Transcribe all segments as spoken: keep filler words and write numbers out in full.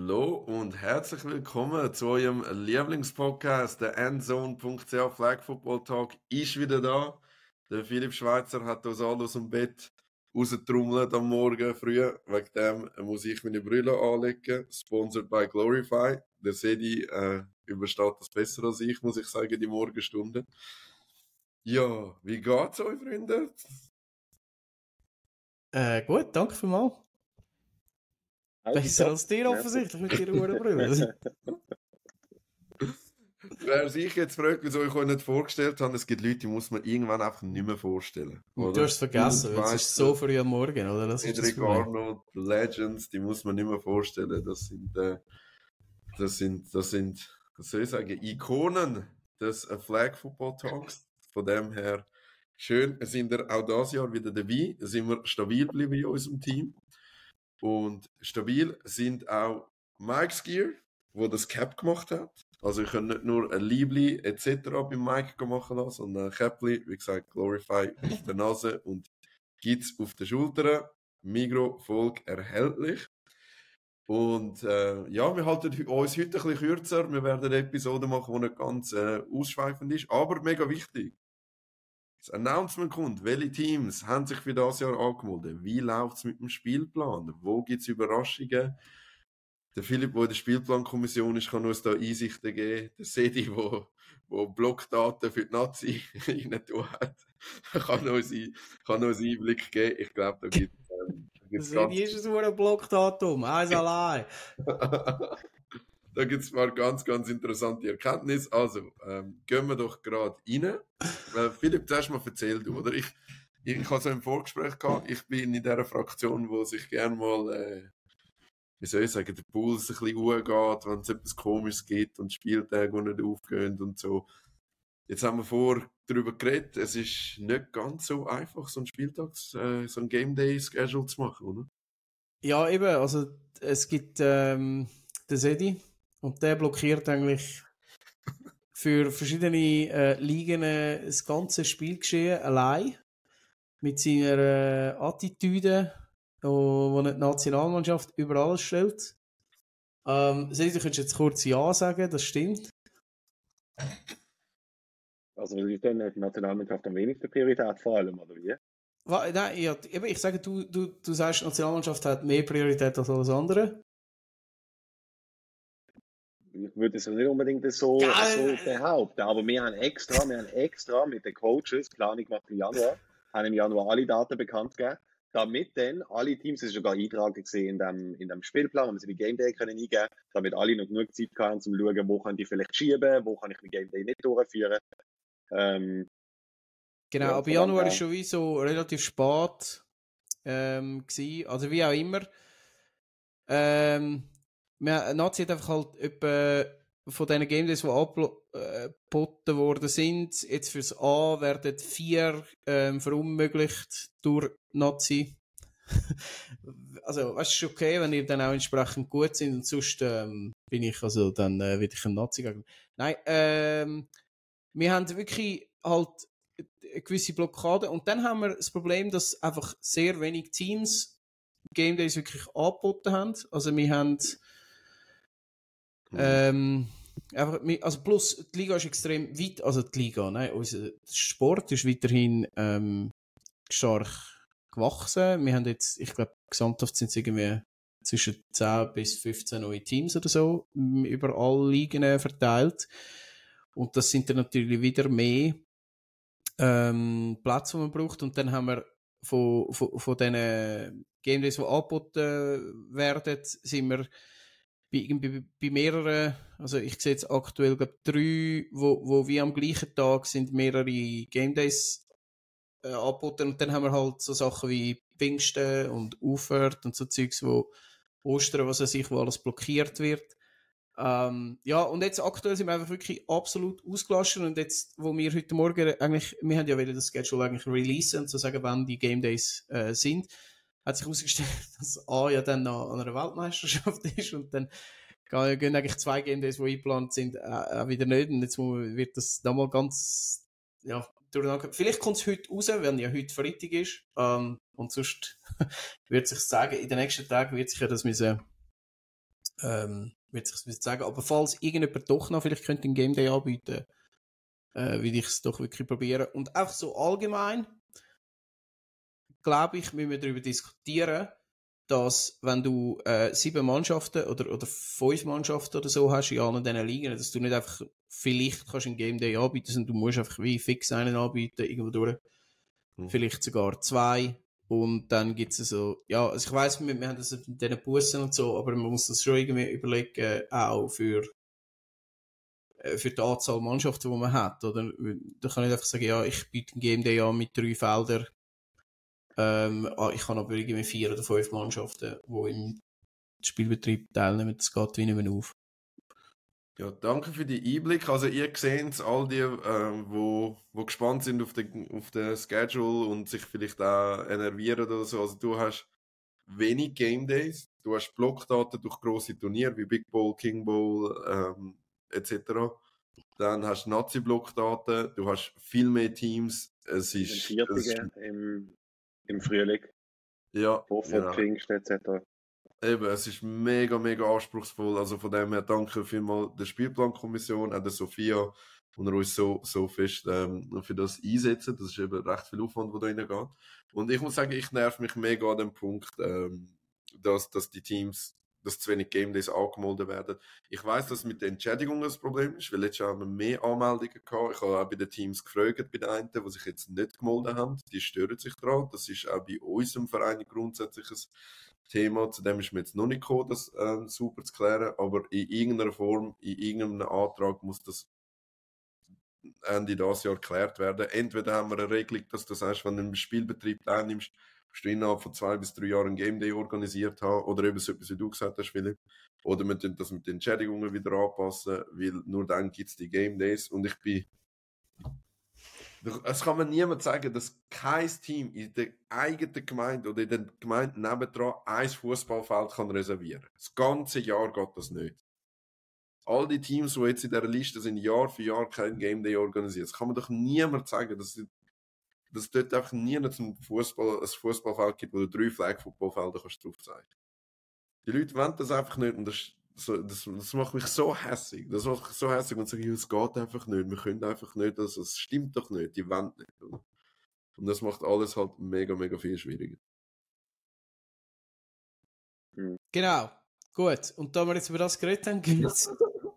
Hallo und herzlich willkommen zu eurem Lieblingspodcast, der endzone punkt c h Flag Football Talk ist wieder da. Der Philipp Schweizer hat uns alle aus dem Bett rausgetrommelt am Morgen früh. Wegen dem muss ich meine Brille anlegen. Sponsored by Glorify. Der Sedi äh, übersteht das besser als ich, muss ich sagen, die Morgenstunde. Ja, wie geht's euch, Freunde? Äh, gut, danke vielmals. Besser als dir offensichtlich mit deiner Uhrenbrille. Wer sich jetzt fragt, wieso ich euch nicht vorgestellt habe, es gibt Leute, die muss man irgendwann einfach nicht mehr vorstellen. Oder? Du hast es vergessen, weil es ist so früh am Morgen, oder? Das ist das Cedric Arnold, Legends, die muss man nicht mehr vorstellen. Das sind, äh, das sind, das sind, was soll ich sagen, Ikonen des äh, Flag Football Talks. Von dem her schön, sind wir auch dieses Jahr wieder dabei, sind wir stabil geblieben in unserem Team. Und stabil sind auch Mike's Gear, wo das Cap gemacht hat. Also ich kann nicht nur ein Liebli et cetera beim Mike machen lassen, sondern ein Käppli, wie gesagt, Glorify auf der Nase und Gitz auf der Schulter. Migros-Folge erhältlich. Und äh, ja, wir halten uns heute ein bisschen kürzer. Wir werden eine Episode machen, die nicht ganz äh, ausschweifend ist, aber mega wichtig. Das Announcement kommt, welche Teams haben sich für das Jahr angemeldet? Wie läuft es mit dem Spielplan? Wo gibt es Überraschungen? Der Philipp, der in der Spielplankommission ist, kann uns da Einsichten geben. Der Sedi, der, der Blockdaten für die Nazi rein tun hat, kann uns, kann uns Einblick geben. Ich glaube, da gibt ähm, es... Sedi ist ein ein Blockdatum, eins allein. Da gibt es mal ganz, ganz interessante Erkenntnisse. Also, ähm, gehen wir doch gerade rein. Äh, Philipp, zuerst mal erzähl du, oder? Ich, ich, ich habe so ein Vorgespräch gehabt, ich bin in dieser Fraktion, wo sich gerne mal, äh, wie soll ich sagen, der Puls ein bisschen hochgeht, wenn es etwas Komisches gibt und Spieltage, die nicht aufgehen und so. Jetzt haben wir vor darüber geredet, es ist nicht ganz so einfach, so ein Spieltags-, äh, so ein Game Day-Schedule zu machen, oder? Ja, eben, also es gibt ähm, den Sedi und der blockiert eigentlich für verschiedene äh, Ligen äh, das ganze Spielgeschehen allein mit seiner äh, Attitüde, wo, wo die Nationalmannschaft über alles stellt. Ähm, Sedi, du könntest jetzt kurz Ja sagen, das stimmt. Also was ist denn die Nationalmannschaft am wenigsten Priorität vor allem, oder wie? Nein, ja, ich sage, du, du, du sagst, die Nationalmannschaft hat mehr Priorität als alles andere. Ich würde es nicht unbedingt so, ja, so behaupten, aber wir haben extra, wir haben extra mit den Coaches Planung gemacht im Januar, haben im Januar alle Daten bekannt gegeben, damit dann alle Teams, das ist sogar eingetragen gesehen in dem, in dem Spielplan, wo sie die Game Day können eingeben, damit alle noch genug Zeit haben, um zu schauen, wo kann die vielleicht schieben, wo kann ich die Game Day nicht durchführen. Ähm, Genau, ja, aber Januar war schon wie so relativ spät ähm, gewesen, also wie auch immer. Ähm, Nazi hat einfach halt etwa von diesen Game Days, die angeboten worden sind, jetzt fürs A werden vier ähm, verunmöglicht durch Nazi. Also, weißt du, ist okay, wenn ihr dann auch entsprechend gut sind und sonst ähm, bin ich, also dann äh, will ich ein Nazi gegen. Nein, ähm, wir haben wirklich halt eine gewisse Blockade und dann haben wir das Problem, dass einfach sehr wenig Teams Game Days wirklich angeboten haben. Also wir haben ähm, einfach, also plus die Liga ist extrem weit, also die Liga, nein, unser Sport ist weiterhin ähm, stark gewachsen. Wir haben jetzt, ich glaube, gesamthaft sind es irgendwie zwischen zehn bis fünfzehn neue Teams oder so über alle Ligen verteilt. Und das sind dann natürlich wieder mehr ähm, Platz, die man braucht. Und dann haben wir von, von, von diesen Game Days, die angeboten werden, sind wir bei, bei, bei mehreren, also ich sehe jetzt aktuell glaub, drei, wo, wo wie am gleichen Tag sind mehrere Game Days äh, angeboten. Und dann haben wir halt so Sachen wie Pfingsten und Auffahrt und so Zeugs, wo Ostern, was weiß ich, wo alles blockiert wird. Ähm, ja, und jetzt aktuell sind wir einfach wirklich absolut ausgelastet und jetzt, wo wir heute Morgen eigentlich, wir haben ja wieder das Schedule eigentlich releasen und so sagen, wann die Game Days äh, sind, hat sich herausgestellt, dass A ja dann noch an einer Weltmeisterschaft ist und dann gehen eigentlich zwei Game Days, die eingeplant sind, äh, auch wieder nicht und jetzt wird das nochmal ganz, ja, durcheinander. Vielleicht kommt es heute raus, wenn ja heute Freitag ist, ähm, und sonst wird sich sagen, in den nächsten Tagen wird sich ja das müssen ähm, würde ich es sagen. Aber falls irgendjemand doch noch vielleicht könnte einen Game Day anbieten, äh, würde ich es doch wirklich probieren. Und auch so allgemein, glaube ich, müssen wir darüber diskutieren, dass wenn du äh, sieben Mannschaften oder, oder fünf Mannschaften oder so hast in allen diesen Ligen, dass du nicht einfach vielleicht kannst einen Game Day anbieten, sondern du musst einfach wie fix einen anbieten, irgendwo durch. Mhm. Vielleicht sogar zwei. Und dann gibt es so, ja, also ich weiss, wir, wir haben das mit diesen Bussen und so, aber man muss das schon irgendwie überlegen, auch für, äh, für die Anzahl Mannschaften, die man hat. Oder? Da kann ich einfach sagen, ja, ich biete einen Game Day an mit drei Feldern. Ähm, ich habe aber irgendwie vier oder fünf Mannschaften, die im Spielbetrieb teilnehmen. Das geht wie nicht mehr auf. Ja, danke für die Einblick. Also ihr seht es, all die, äh, wo, wo gespannt sind auf den, auf den Schedule und sich vielleicht auch enervieren oder so. Also du hast wenig Game Days, du hast Blockdaten durch grosse Turniere wie Big Bowl, King Bowl ähm, et cetera. Dann hast du Nazi-Blockdaten, du hast viel mehr Teams. Es ist, Viertige es ist im, im Frühling. Ja. Vor Genau. Pfingst et cetera. Eben, es ist mega, mega anspruchsvoll. Also von dem her danke vielmals der Spielplankommission, auch der Sophia, und uns so, so fest ähm, für das einsetzen. Das ist eben recht viel Aufwand, der da reingeht. Und ich muss sagen, ich nerv mich mega an dem Punkt, ähm, dass, dass die Teams, dass zu wenig Game Days angemeldet werden. Ich weiss, dass mit der Entschädigung ein Problem ist, weil letztes Jahr haben wir mehr Anmeldungen gehabt. Ich habe auch bei den Teams gefragt, bei den einen, die sich jetzt nicht gemeldet haben. Die stören sich daran. Das ist auch bei unserem Verein grundsätzlich ein Thema. Zu dem ist mir jetzt noch nicht gekommen, das ähm, super zu klären. Aber in irgendeiner Form, in irgendeinem Antrag muss das Ende dieses Jahr geklärt werden. Entweder haben wir eine Regelung, dass du sagst, wenn du im Spielbetrieb teilnimmst, musst du innerhalb von zwei bis drei Jahren einen Game Day organisiert haben, oder eben so etwas, wie du gesagt hast, Philipp. Oder wir tun das mit den Entschädigungen wieder anpassen, weil nur dann gibt es die Game Days. Und ich bin... Es kann mir niemand sagen, dass kein Team in der eigenen Gemeinde oder in der Gemeinde nebendran ein Fußballfeld kann reservieren kann. Das ganze Jahr geht das nicht. All die Teams, die jetzt in dieser Liste sind, Jahr für Jahr kein Game Day organisiert. Das kann man doch niemand sagen, dass es dort einfach nie ein, Fußball, ein Fußballfeld gibt, wo du drei Flag-Footballfelder drauf zeigen kannst. Die Leute wollen das einfach nicht und das, das, das macht mich so hässig. Das macht mich so hässig und sage, es geht einfach nicht. Wir können einfach nicht, das, das stimmt doch nicht, die wollen nicht. Und das macht alles halt mega, mega viel schwieriger. Genau. Gut, und da wir jetzt über das geredet haben, gibt es...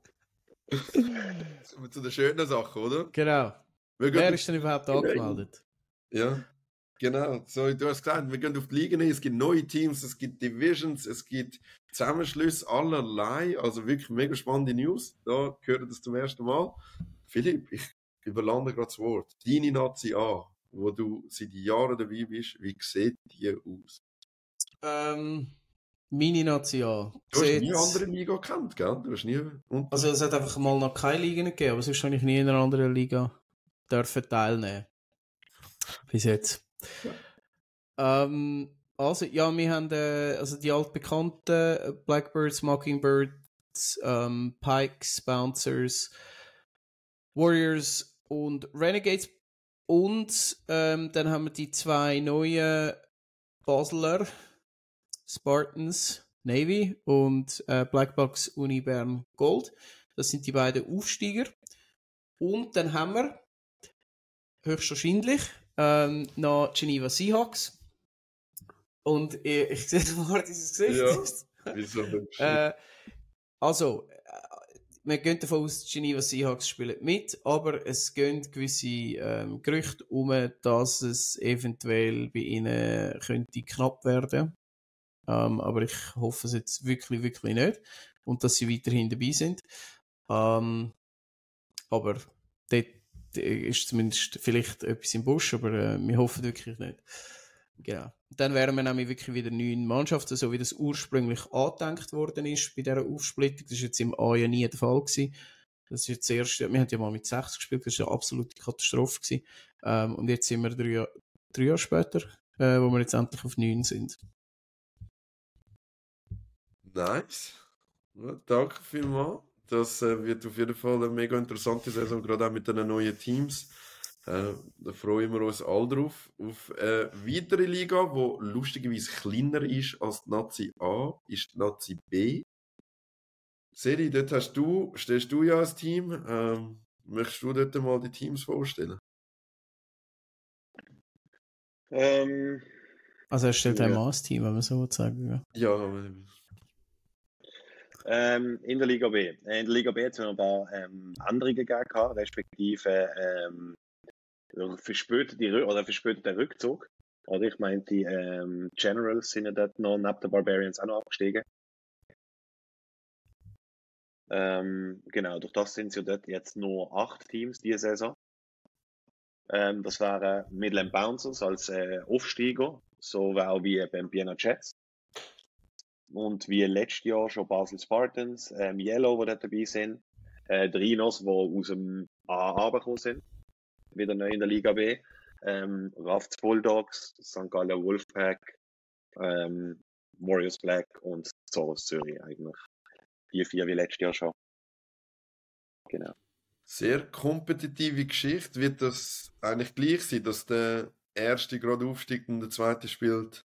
Zu den schönen Sachen, oder? Genau. Wer ist denn überhaupt angemeldet? Ja, genau. So, du hast gesagt, wir gehen auf die Ligen hin, es gibt neue Teams, es gibt Divisions, es gibt Zusammenschlüsse allerlei, also wirklich mega spannende News. Da gehört das zum ersten Mal. Philipp, ich überlande gerade das Wort. Deine Nazi A, wo du seit Jahren dabei bist, wie sieht die aus? Ähm... Meine Nazi A. Du hast nie andere Liga gekannt, gell? Du hast nie also es hat einfach mal noch keine Liga gegeben, aber sonst habe ich nie in einer anderen Liga dürfen teilnehmen. Bis jetzt. Ja. Ähm, also, ja, wir haben äh, also die altbekannten Blackbirds, Mockingbirds, ähm, Pikes, Bouncers, Warriors und Renegades. Und ähm, dann haben wir die zwei neuen Basler Spartans Navy und äh, Blackbox Uni Bern Gold. Das sind die beiden Aufsteiger. Und dann haben wir höchstwahrscheinlich ähm, noch Geneva Seahawks. Und ich, ich sehe sofort dieses Gesicht. Ja, wieso äh, Also, wir gehen davon aus, die Geneva Seahawks spielen mit, aber es gehen gewisse ähm, Gerüchte um, dass es eventuell bei ihnen könnte knapp werden. Um, aber ich hoffe es jetzt wirklich, wirklich nicht. Und dass sie weiterhin dabei sind. Um, aber dort ist zumindest vielleicht etwas im Busch, aber äh, wir hoffen wirklich nicht. Genau. Dann wären wir nämlich wirklich wieder neun Mannschaften, so wie das ursprünglich angedenkt worden ist bei dieser Aufsplittung. Das war jetzt im A ja nie der Fall gewesen. Das ist jetzt das erste, wir haben ja mal mit sechs gespielt, das war eine absolute Katastrophe gewesen. Um, und jetzt sind wir drei, Jahr, drei Jahre später, äh, wo wir jetzt endlich auf neun sind. Nice. Ja, danke vielmals. Das äh, wird auf jeden Fall eine mega interessante Saison, gerade auch mit den neuen Teams. Äh, da freuen wir uns alle drauf. Auf eine weitere Liga, die lustigerweise kleiner ist als die Nazi A, ist die Nazi B. Seri, dort hast du, stehst du ja als Team. Ähm, möchtest du dort mal die Teams vorstellen? Ähm, Also er stellt ein ja. Maß-Team, wenn man so sagen ja. Ja, aber- Ähm, in der Liga B. Äh, In der Liga B hat es noch ein paar ähm, Änderungen gegeben, respektive ähm, verspätete Rü- oder verspäteter Rückzug. Oder ich meine, die ähm, Generals sind ja dort noch neben den Barbarians auch noch abgestiegen. Ähm, genau, durch das sind es ja dort jetzt nur acht Teams diese Saison. Ähm, das wären Midland Bouncers als äh, Aufsteiger, so auch wie beim Vienna Jets. Und wie letztes Jahr schon Basel Spartans, ähm, Yellow, die dort dabei sind, äh, die Rhinos, die aus dem A runtergekommen sind, wieder neu in der Liga B, ähm, Rafts Bulldogs, Sankt Gallen Wolfpack, ähm, Warriors Black und Zorros Zürich eigentlich. Die vier wie letztes Jahr schon. Genau. Sehr kompetitive Geschichte. Wird das eigentlich gleich sein, dass der Erste gerade aufsteigt und der Zweite spielt?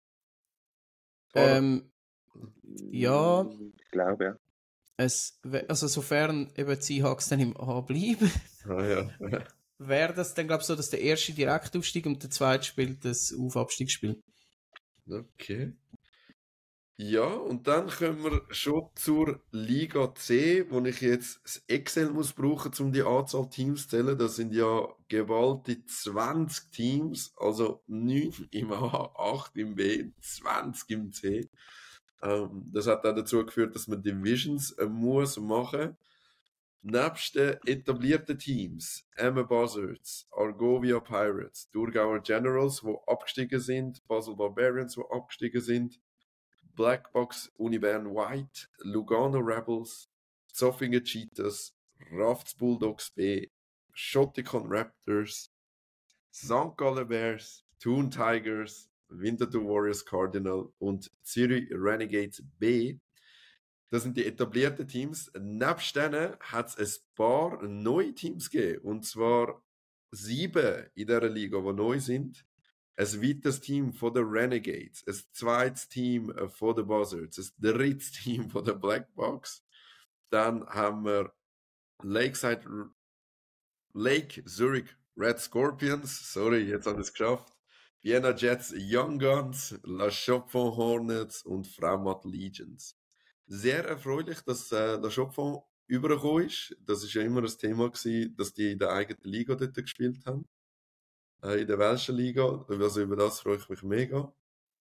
Ähm, Ja. Mm, Ich glaube, ja. es, wär- also sofern eben die Seahawks dann im A bleiben, Ah, ja. wäre das dann glaube ich so, dass der erste direkt aufsteigt und der zweite spielt das Auf-Abstiegsspiel. Okay. Ja, und dann kommen wir schon zur Liga C, wo ich jetzt das Excel muss brauchen, um die Anzahl Teams zu zählen. Das sind ja geballte zwanzig Teams, also neun im A, acht im B, zwanzig im C. Ähm, das hat auch dazu geführt, dass man Divisions äh, muss machen. Nebst den etablierten Teams, Emma Buzzards, Argovia Pirates, Thurgauer Generals, die abgestiegen sind, Basel Barbarians, die abgestiegen sind, Blackbox Unibern White, Lugano Rebels, Zofingen Cheetahs, Rafts Bulldogs B, Schottikon Raptors, Sankt Gallen Bears, Thun Tigers, Winterthur Warriors Cardinal und Zürich Renegades B. Das sind die etablierten Teams. Nebst denen hat es ein paar neue Teams gegeben. Und zwar sieben in dieser Liga, die neu sind. Ein weiteres Team von den Renegades, ein zweites Team von den Buzzards, ein drittes Team von den Blackbox. Dann haben wir Lakeside, Lake Zurich Red Scorpions, sorry, jetzt haben wir es geschafft. Vienna Jets Young Guns, La Chaux-de-Fonds Hornets und Frauenmatt Legions. Sehr erfreulich, dass äh, der Chaux-de-Fonds übergekommen ist. Das ist ja immer ein Thema gewesen, dass die in der eigenen Liga dort gespielt haben. Äh, in der welschen Liga. Also über das freue ich mich mega.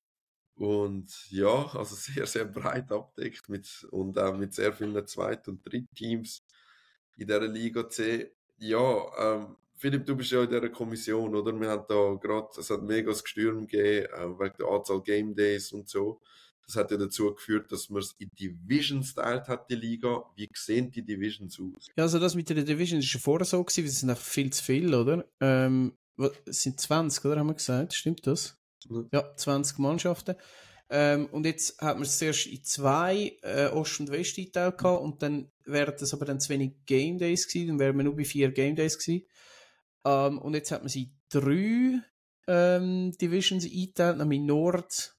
Und ja, also sehr, sehr breit abdeckt mit, und auch mit sehr vielen Zweit- und Drittteams in dieser Liga C. Ja, ähm, Philipp, du bist ja in dieser Kommission, oder? Wir haben da gerade, es hat mega das Gestürm gegeben, äh, wegen der Anzahl Game Days und so. Das hat ja dazu geführt, dass man es in Divisions teilt hat, die Liga. Wie sehen die Divisions aus? Ja, also das mit der Division ist schon vorher so gewesen, weil es sind einfach viel zu viel, oder? Ähm, was- es sind zwanzig, oder? Haben wir gesagt? Stimmt das? Mhm. Ja, zwanzig Mannschaften. Ähm, und jetzt hat man es zuerst in zwei äh, Ost- und West eingeteilt gehabt und dann wären das aber dann zu wenig Game Days gewesen, dann wären wir nur bei vier Game Days gewesen. Ähm, und jetzt hat man sie in drei ähm, Divisions eingeteilt, nämlich Nord,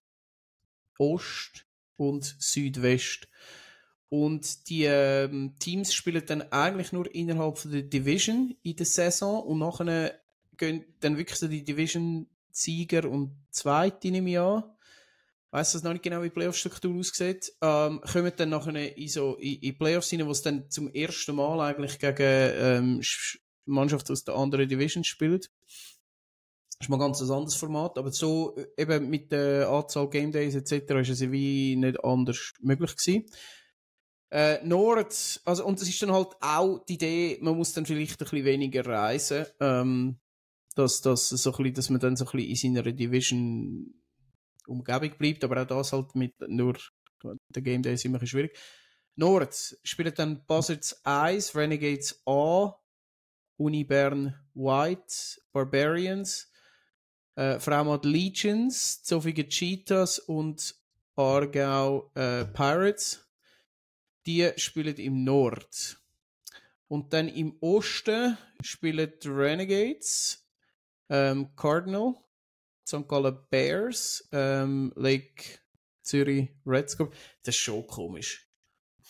Ost und Südwest. Und die ähm, Teams spielen dann eigentlich nur innerhalb von der Division in der Saison und nachher gehen dann wirklich so die Division-Sieger und Zweite, nehme ich an. Ich weiss das noch nicht genau, wie die Playoff-Struktur aussieht. Ähm, kommen dann nachher in, so, in, in Playoffs rein, wo es dann zum ersten Mal eigentlich gegen ähm, Mannschaften aus der anderen Division spielt. Das ist mal ganz ein anderes Format, aber so eben mit der Anzahl Game Days et cetera ist es wie nicht anders möglich gewesen. Äh, Nord, also, und es ist dann halt auch die Idee, man muss dann vielleicht ein bisschen weniger reisen, ähm, dass, dass, so ein bisschen, dass man dann so ein bisschen in seiner Division Umgebung bleibt, aber auch das halt mit nur der Game Day ist immer ein bisschen schwierig. Nord spielt dann Buzzards eins, Renegades A, Uni Bern White, Barbarians, äh, Frauenmatt Legions, Zofingen Cheetahs und Aargau äh, Pirates. Die spielen im Nord. Und dann im Osten spielen die Renegades, ähm, Cardinal, Sankt Gallen Bears, ähm, Lake Zürich Red Scorpions. Das ist schon komisch.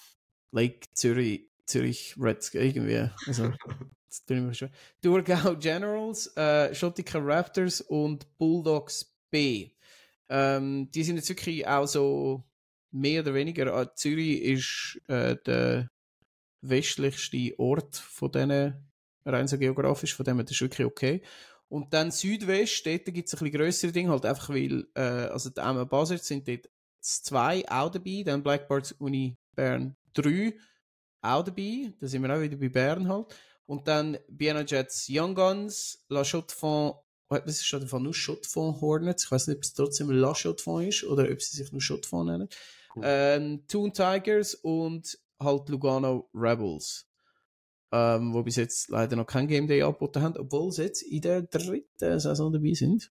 Lake Zürich, Zürich Reds irgendwie. Also, das tue ich mir schon. Thurgau Generals, äh, Schottiker Raptors und Bulldogs B. Ähm, die sind jetzt wirklich auch so mehr oder weniger. Äh, Zürich ist äh, der westlichste Ort von denen, rein so geografisch, von dem her, das ist wirklich okay. Und dann Südwest, dort gibt es ein bisschen grössere Dinge, halt einfach weil, äh, also die Emma Buzzards sind dort zwei auch dabei, dann Blackbirds Uni Bern drei auch dabei, da sind wir auch wieder bei Bern halt. Und dann Vienna Jets Young Guns, La Chaux-de-Fonds, was ist das, nur Chaux-de-Fonds Hornets, ich weiß nicht, ob es trotzdem La Chaux-de-Fonds ist oder ob sie sich nur Chaux-de-Fonds nennen. Cool. Ähm, Toon Tigers und halt Lugano Rebels. Ähm, wo bis jetzt leider noch kein Game Day angeboten haben, obwohl sie jetzt in der dritten Saison dabei sind.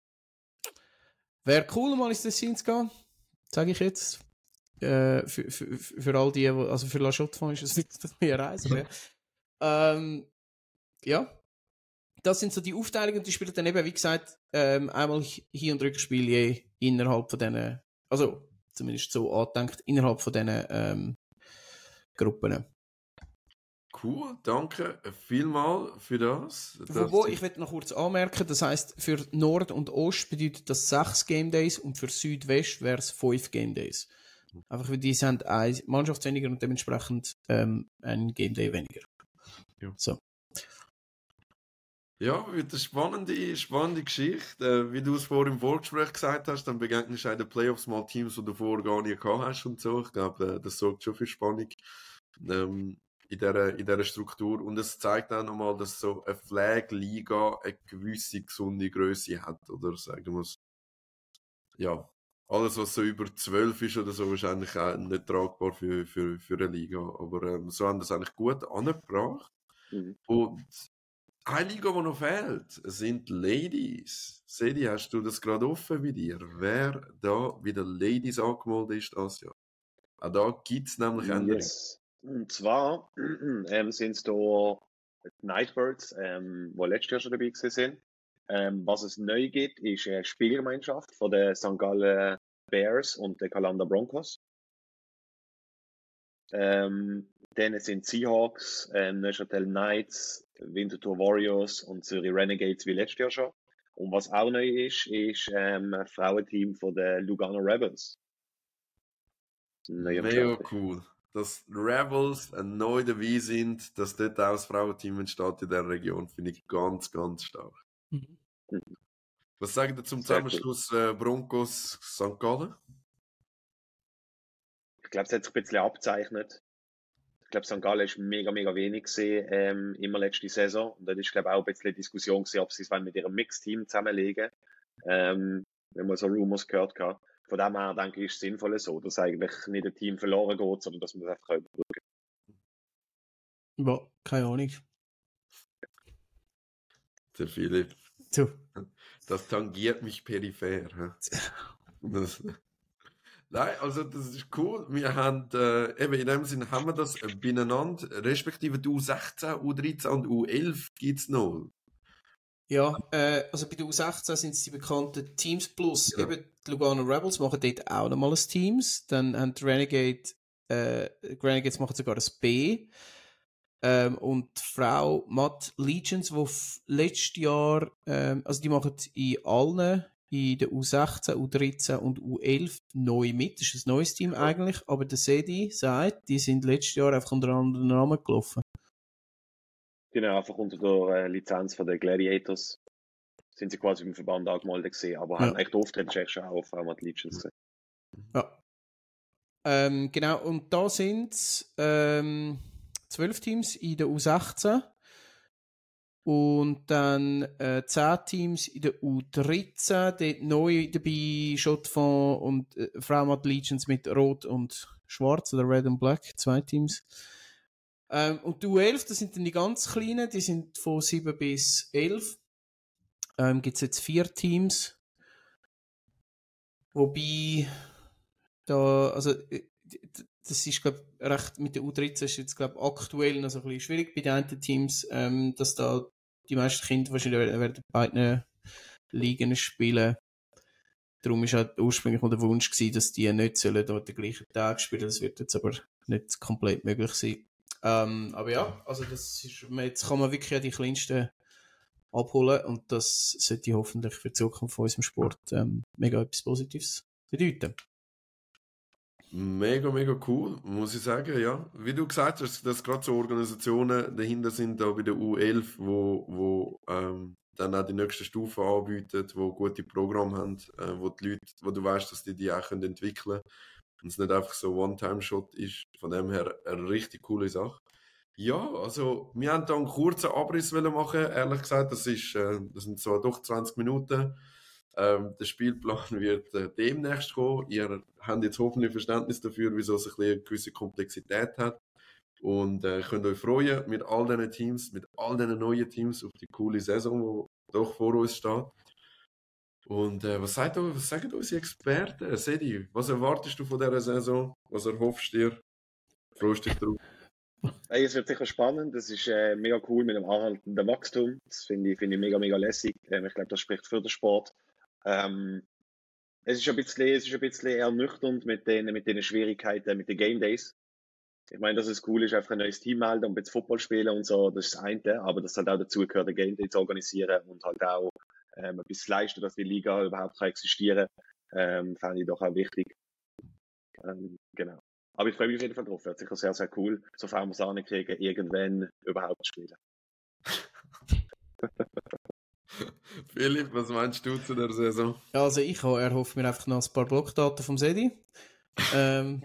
Wäre cool, mal ins Tessin zu gehen, sage ich jetzt. Äh, für, für, für all die, also für La Chaux-de-Fonds ist es nicht mehr Reise, aber ja. Ähm, ja. Das sind so die Aufteilungen, die spielen dann eben, wie gesagt, ähm, einmal Hin- und Rückspiel je innerhalb von diesen, also zumindest so angedenkt, innerhalb von diesen ähm, Gruppen. Cool, danke vielmal für das. Wobei, ich möchte noch kurz anmerken, das heisst, für Nord und Ost bedeutet das sechs Game Days und für Südwest wäre es fünf Game Days. Einfach weil die sind eine Mannschaft weniger und dementsprechend ähm, ein Game Day weniger. Ja. So. Ja, wird eine spannende, spannende Geschichte. Äh, wie du es vorhin im Vorgespräch gesagt hast, dann begegnest du in den Playoffs mal Teams, die du vorher gar nicht gehabt hast und so. Ich glaube, äh, das sorgt schon für Spannung. Ähm, in dieser, in dieser Struktur. Und es zeigt auch nochmal, dass so eine Flag-Liga eine gewisse gesunde Größe hat. Oder sagen wir es, ja, alles, was so über zwölf ist oder so, ist eigentlich auch nicht tragbar für, für, für eine Liga. Aber ähm, so haben das eigentlich gut angebracht. Mhm. Und eine Liga, die noch fehlt, sind Ladies. Sedi, hast du das gerade offen bei dir? Wer da wieder Ladies angemeldet ist das Jahr? Auch da gibt es nämlich Änderungen. Yes. Und zwar ähm, sind es da Nightbirds, ähm, die letztes Jahr schon dabei sind. Ähm, was es neu gibt, ist eine Spielgemeinschaft von den Sankt Gallen Bears und den Calander Broncos. Ähm, dann sind Seahawks, ähm, Neuchâtel Knights, Winterthur Warriors und Zürich Renegades wie letztes Jahr schon. Und was auch neu ist, ist ähm, ein Frauenteam von den Lugano Rebels. Mega cool. Dass Rebels neu dabei sind, dass dort auch das Frauenteam entsteht in der Region, finde ich ganz, ganz stark. Mhm. Was sagt ihr zum Sehr Zusammenschluss cool. äh, Broncos Sankt Gallen? Ich glaube, es hat sich ein bisschen abgezeichnet. Ich glaube, Sankt Gallen ist mega, mega wenig gesehen, ähm, immer letzte Saison. Und dann ist, glaube ich, auch ein bisschen Diskussion gewesen, ob sie es mit ihrem Mixteam zusammenlegen. Ähm, wenn man so Rumors gehört hat. Von dem her, denke ich, ist es sinnvoll so, dass eigentlich nicht ein Team verloren geht, sondern dass man es einfach überbrücken kann. Ja, keine Ahnung. Der Philipp. Du. Das tangiert mich peripher. Das, nein, also das ist cool. Wir haben, äh, eben in dem Sinne haben wir das beieinander, respektive die U sechzehn, U dreizehn und U elf gibt es noch. Ja, äh, also bei der U sechzehn sind es die bekannten Teams plus ja. Eben die Lugano Rebels machen dort auch nochmal ein Teams. Dann haben die Renegade, äh, Renegades machen sogar ein B. Ähm, und die Frau Matt Legions, die letztes Jahr, ähm, also die machen in allen, in der U sechzehn, U dreizehn und U elf neu mit. Das ist ein neues Team eigentlich, aber der Sedi sagt, die sind letztes Jahr einfach unter einem anderen Namen gelaufen. Genau, einfach unter der äh, Lizenz von den Gladiators sind sie quasi im Verband angemeldet gesehen, aber ja. haben echt Auftritt schon auch auf Matt Legions gesehen. Ja. Ähm, genau, und da sind ähm, zwölf Teams in der U sechzehn und dann äh, zehn Teams in der U dreizehn, dort neu dabei Chaux-de-Fonds und äh, Frauenmatt Legions mit Rot und Schwarz oder Red and Black, zwei Teams. Ähm, und die U elf, das sind dann die ganz kleinen, die sind von sieben bis elf. Ähm, gibt es jetzt vier Teams. Wobei da, also das ist, glaube ich, recht, mit der U dreizehn ist jetzt, glaube ich, aktuell noch so ein bisschen schwierig bei den einen Teams, ähm, dass da die meisten Kinder wahrscheinlich werden bei beiden Ligen spielen. Darum war halt ursprünglich noch der Wunsch gewesen, dass die nicht sollen dort den gleichen Tag spielen. Das wird jetzt aber nicht komplett möglich sein. Ähm, aber ja, also das ist, jetzt kann man wirklich die kleinsten abholen und das sollte hoffentlich für die Zukunft von unserem Sport ähm, mega etwas Positives bedeuten. Mega, mega cool, muss ich sagen, ja. Wie du gesagt hast, dass gerade so Organisationen dahinter sind, da bei der U elf, wo, wo ähm, dann auch die nächste Stufe anbieten, wo gute Programme haben, äh, wo die Leute, wo du weißt, dass die die auch können entwickeln können und es nicht einfach so One-Time-Shot ist. Von dem her eine richtig coole Sache. Ja, also wir haben da einen kurzen Abriss machen, ehrlich gesagt, das, ist, äh, das sind zwar doch zwanzig Minuten. Ähm, der Spielplan wird äh, demnächst kommen. Ihr habt jetzt hoffentlich Verständnis dafür, wieso es ein bisschen eine gewisse Komplexität hat. Und äh, könnt euch freuen mit all diesen Teams, mit all diesen neuen Teams auf die coole Saison, die doch vor uns steht. Und äh, was, sagt, was sagen unsere Experten? Sedi, was erwartest du von dieser Saison? Was erhoffst du dir? Freust du dich drauf? Hey, es wird sicher spannend. Das ist äh, mega cool mit dem anhaltenden Wachstum. Das finde ich, find ich mega, mega lässig. Ähm, ich glaube, das spricht für den Sport. Ähm, es ist ein bisschen, es ist ein bisschen ernüchternd mit den, mit den Schwierigkeiten, mit den Game Days. Ich meine, dass es cool ist, einfach ein neues Team melden und jetzt Football spielen und so, das ist das eine. Aber das halt auch dazu gehört, ein Game Day zu organisieren und halt auch ähm, ein bisschen leisten, dass die Liga überhaupt kann existieren kann. Ähm, fand ich doch auch wichtig. Ähm, genau. Aber ich freue mich auf jeden Fall drauf. Wird sicher sehr, sehr cool, sofern wir es ankriegen, irgendwann überhaupt zu spielen. Philipp, was meinst du zu der Saison? Also ich erhoffe mir einfach noch ein paar Blockdaten vom Sedi. ähm,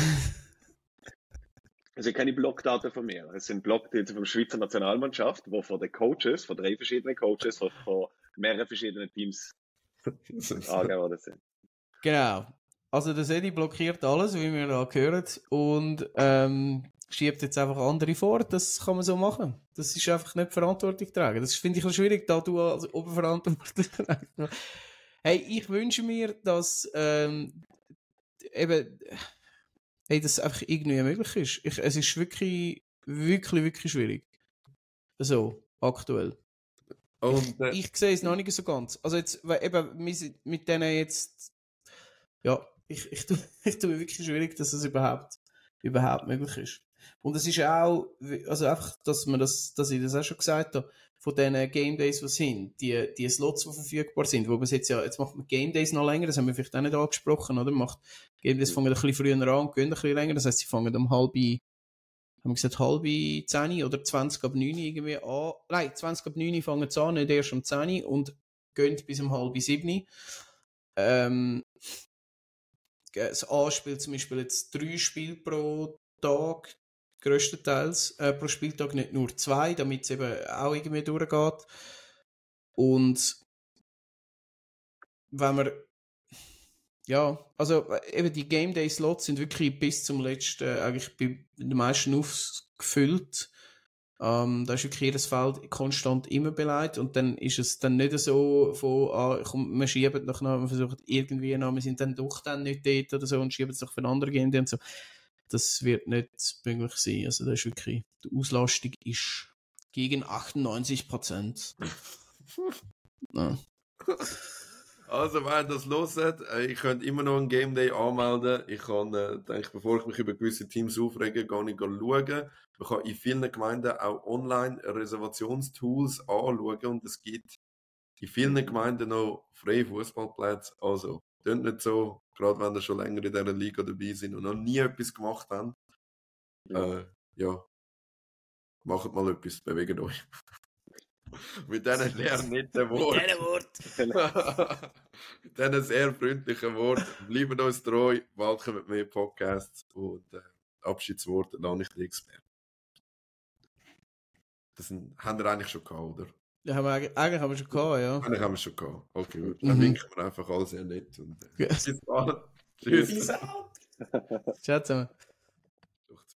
Es sind keine Blockdaten von mir. Es sind Blockdaten von der Schweizer Nationalmannschaft, wo von den Coaches, von drei verschiedenen Coaches, von, von mehreren verschiedenen Teams angegeben worden sind. Genau. Also der Sedi blockiert alles, wie wir da hören, und ähm, schiebt jetzt einfach andere vor. Das kann man so machen. Das ist einfach nicht Verantwortung tragen. Das finde ich ein bisschen schwierig, da du als Oberverantwortlicher. Hey, ich wünsche mir, dass ähm, eben, hey, das einfach irgendwie möglich ist. Ich, es ist wirklich, wirklich, wirklich schwierig. So, aktuell. Und, äh, Ich, ich sehe es noch nicht so ganz. Also jetzt, weil eben, wir sind mit denen jetzt, ja, ich, ich, tue, ich tue mir wirklich schwierig, dass es überhaupt, überhaupt möglich ist. Und es ist auch, also einfach, dass man das, dass ich das auch schon gesagt habe, von diesen Game Days, die sind, die, die Slots, die verfügbar sind, wo man jetzt ja, jetzt macht man Game Days noch länger, das haben wir vielleicht auch nicht angesprochen, oder? Man macht, Game Days fangen ein bisschen früher an und gehen ein bisschen länger, das heisst, sie fangen um halb, haben wir gesagt, halb zehn oder zwanzig ab neun irgendwie an, nein, zwanzig ab neun fangen sie an, nicht erst um zehn und gehen bis um halb sieben. Ähm, das A spielt zum Beispiel jetzt drei Spiele pro Tag, grösstenteils, äh, pro Spieltag nicht nur zwei, damit es eben auch irgendwie durchgeht. Und wenn man, ja, also eben die Game Day Slots sind wirklich bis zum letzten, äh, eigentlich bei den meisten aufgefüllt. Ähm, da ist wirklich jedes Feld konstant immer beleidigt und dann ist es dann nicht so von, ah, komm, wir schieben noch, wir versuchen irgendwie noch, wir sind dann doch dann nicht dort oder so und schieben es noch für ein andere Game Day und so. Das wird nicht möglich sein. Also, das ist wirklich, die Auslastung ist gegen achtundneunzig Prozent. Ja. Also, wenn das los hat, ich könnte immer noch einen Game Day anmelden. Ich kann, äh, denke, bevor ich mich über gewisse Teams aufrege, gar nicht schauen. Man kann in vielen Gemeinden auch online Reservationstools anschauen und es gibt in vielen Gemeinden noch freie Fußballplätze. Also, tut nicht so, gerade wenn ihr schon länger in dieser Liga dabei sind und noch nie etwas gemacht haben. Ja, äh, ja. Macht mal etwas, bewegt euch. Mit diesen sehr netten Worten. Mit diesen Worten. Mit diesen sehr freundlichen Worten. Bleiben uns treu, bald kommen mehr Podcasts und äh, Abschiedsworte an nicht die Experten. Das sind, haben wir eigentlich schon gehabt, oder? Ja, haben wir, eigentlich, eigentlich haben wir schon gehabt, ja. Eigentlich haben wir schon gehabt. Okay, gut. Dann Mhm. winken wir einfach alle sehr nett. Und, äh, Yes. bis bald. Tschüss. Ciao zusammen.